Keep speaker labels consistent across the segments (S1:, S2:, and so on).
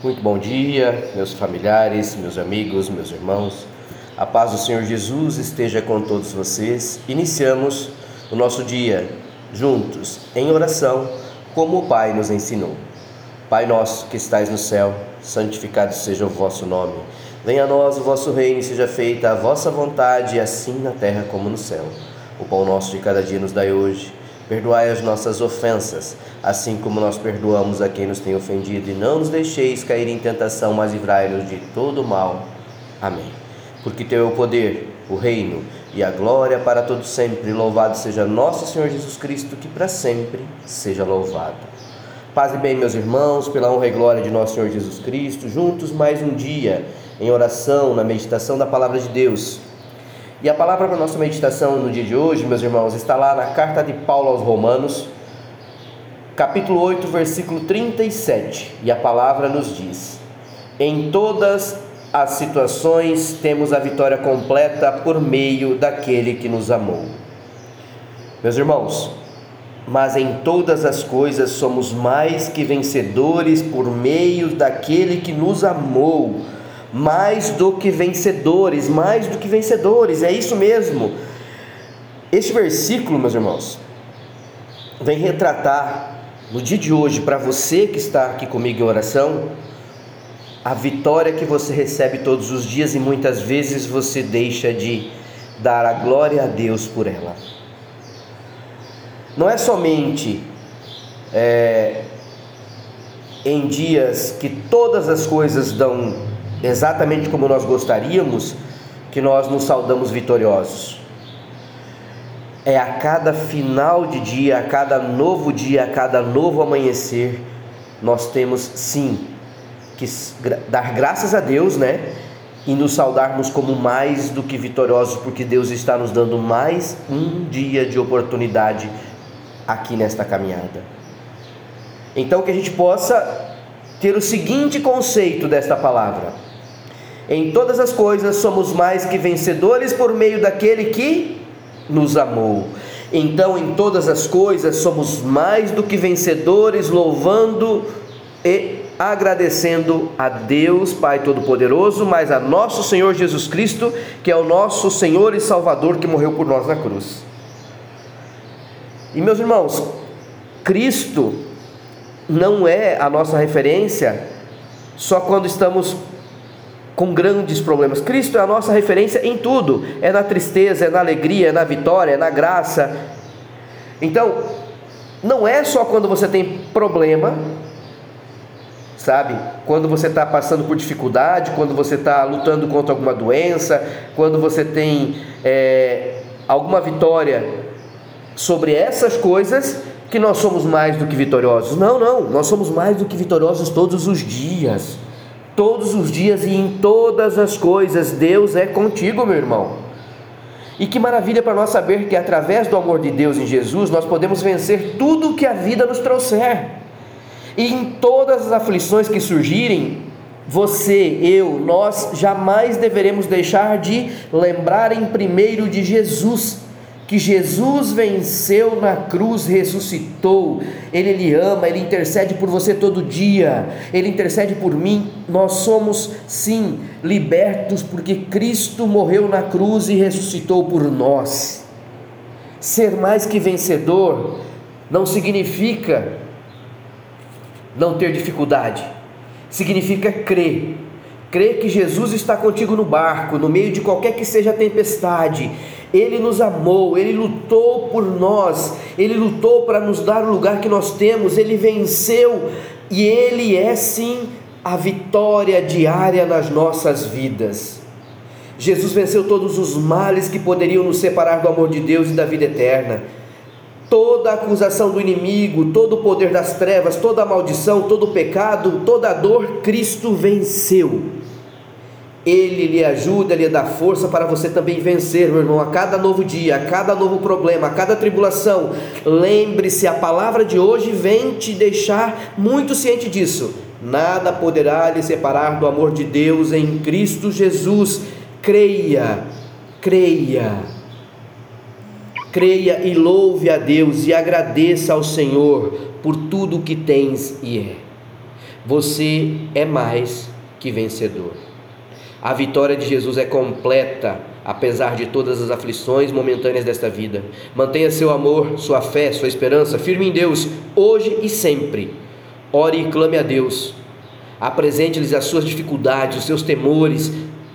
S1: Muito bom dia, meus familiares, meus amigos, meus irmãos. A paz do Senhor Jesus esteja com todos vocês. Iniciamos o nosso dia juntos em oração, como o Pai nos ensinou. Pai nosso que estais no céu, santificado seja o vosso nome. Venha a nós o vosso reino e seja feita a vossa vontade, assim na terra como no céu. O pão nosso de cada dia nos dai hoje. Perdoai as nossas ofensas, assim como nós perdoamos a quem nos tem ofendido, e não nos deixeis cair em tentação, mas livrai-nos de todo o mal. Amém. Porque teu é o poder, o reino e a glória para todos sempre. Louvado seja nosso Senhor Jesus Cristo, que para sempre seja louvado. Paz e bem, meus irmãos, pela honra e glória de nosso Senhor Jesus Cristo, juntos mais um dia em oração, na meditação da Palavra de Deus. E a palavra para a nossa meditação no dia de hoje, meus irmãos, está lá na carta de Paulo aos Romanos, capítulo 8, versículo 37. E a palavra nos diz: em todas as situações temos a vitória completa por meio daquele que nos amou. Meus irmãos, mas em todas as coisas somos mais que vencedores por meio daquele que nos amou. Mais do que vencedores, é isso mesmo. Este versículo, meus irmãos, vem retratar no dia de hoje, para você que está aqui comigo em oração, a vitória que você recebe todos os dias e muitas vezes você deixa de dar a glória a Deus por ela. Não é somente em dias que todas as coisas dão exatamente como nós gostaríamos, que nós nos saudamos vitoriosos. É a cada final de dia, a cada novo amanhecer, nós temos sim que dar graças a Deus, e nos saudarmos como mais do que vitoriosos, porque Deus está nos dando mais um dia de oportunidade aqui nesta caminhada. Então que a gente possa ter o seguinte conceito desta palavra: em todas as coisas somos mais que vencedores por meio daquele que nos amou. Então em todas as coisas somos mais do que vencedores, louvando e agradecendo a Deus Pai Todo-Poderoso, mas a nosso Senhor Jesus Cristo, que é o nosso Senhor e Salvador, que morreu por nós na cruz. E meus irmãos, Cristo não é a nossa referência só quando estamos com grandes problemas. Cristo é a nossa referência em tudo. É na tristeza, é na alegria, é na vitória, é na graça. Então, não é só quando você tem problema, sabe? Quando você está passando por dificuldade, quando você está lutando contra alguma doença, quando você tem alguma vitória sobre essas coisas, que nós somos mais do que vitoriosos. Não, nós somos mais do que vitoriosos todos os dias e em todas as coisas. Deus é contigo, meu irmão. E que maravilha para nós saber que através do amor de Deus em Jesus, nós podemos vencer tudo o que a vida nos trouxer. E em todas as aflições que surgirem, você, eu, nós jamais deveremos deixar de lembrar em primeiro de Jesus, que Jesus venceu na cruz, ressuscitou. Ele lhe ama, Ele intercede por você todo dia, Ele intercede por mim. Nós somos sim libertos porque Cristo morreu na cruz e ressuscitou por nós. Ser mais que vencedor não significa não ter dificuldade, significa crer que Jesus está contigo no barco, no meio de qualquer que seja a tempestade. Ele nos amou, Ele lutou por nós, Ele lutou para nos dar o lugar que nós temos, Ele venceu, e Ele é sim a vitória diária nas nossas vidas. Jesus venceu todos os males que poderiam nos separar do amor de Deus e da vida eterna. Toda a acusação do inimigo, todo o poder das trevas, toda a maldição, todo o pecado, toda a dor, Cristo venceu. Ele lhe ajuda, Ele dá força para você também vencer, meu irmão, a cada novo dia, a cada novo problema, a cada tribulação. Lembre-se, a palavra de hoje vem te deixar muito ciente disso. Nada poderá lhe separar do amor de Deus em Cristo Jesus. Creia e louve a Deus e agradeça ao Senhor por tudo o que tens e é. Você é mais que vencedor. A vitória de Jesus é completa, apesar de todas as aflições momentâneas desta vida. Mantenha seu amor, sua fé, sua esperança firme em Deus, hoje e sempre. Ore e clame a Deus. Apresente-lhes as suas dificuldades, os seus temores.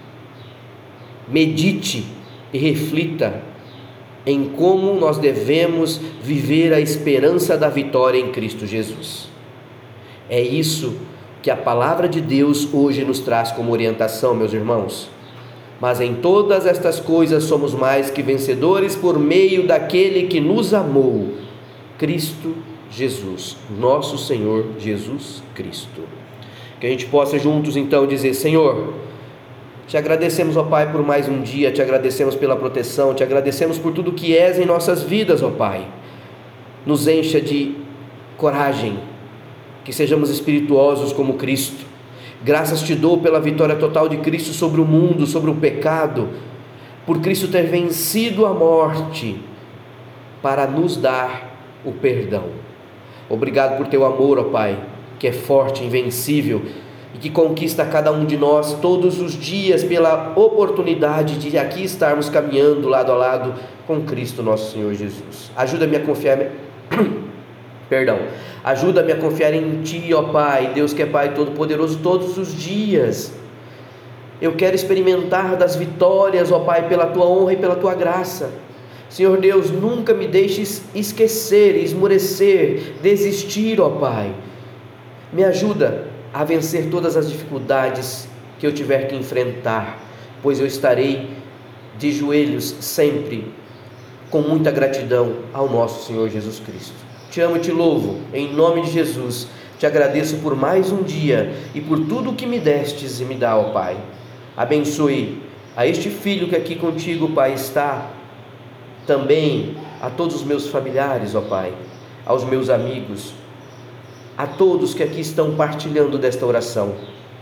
S1: Medite e reflita em como nós devemos viver a esperança da vitória em Cristo Jesus. É isso que a palavra de Deus hoje nos traz como orientação, meus irmãos. Mas em todas estas coisas somos mais que vencedores por meio daquele que nos amou, Cristo Jesus, nosso Senhor Jesus Cristo. Que a gente possa juntos então dizer: Senhor, te agradecemos, ó Pai, por mais um dia, te agradecemos pela proteção, te agradecemos por tudo que és em nossas vidas, ó Pai. Nos encha de coragem, que sejamos espirituosos como Cristo. Graças te dou pela vitória total de Cristo sobre o mundo, sobre o pecado, por Cristo ter vencido a morte para nos dar o perdão. Obrigado por teu amor, ó Pai, que é forte, invencível e que conquista cada um de nós todos os dias pela oportunidade de aqui estarmos caminhando lado a lado com Cristo nosso Senhor Jesus. Ajuda-me a confiar Ajuda-me a confiar em Ti, ó Pai, Deus que é Pai Todo-Poderoso, todos os dias. Eu quero experimentar das vitórias, ó Pai, pela Tua honra e pela Tua graça. Senhor Deus, nunca me deixes esquecer, esmorecer, desistir, ó Pai. Me ajuda a vencer todas as dificuldades que eu tiver que enfrentar, pois eu estarei de joelhos sempre, com muita gratidão ao nosso Senhor Jesus Cristo. Te amo e te louvo, em nome de Jesus. Te agradeço por mais um dia e por tudo que me destes e me dá, ó Pai. Abençoe a este filho que aqui contigo, Pai, está, também a todos os meus familiares, ó Pai, aos meus amigos, a todos que aqui estão partilhando desta oração.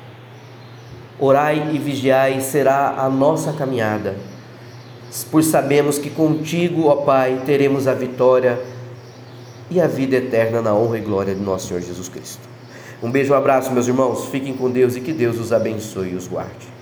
S1: Orai e vigiai será a nossa caminhada, pois sabemos que contigo, ó Pai, teremos a vitória e a vida eterna na honra e glória de nosso Senhor Jesus Cristo. Um beijo, um abraço, meus irmãos, fiquem com Deus e que Deus os abençoe e os guarde.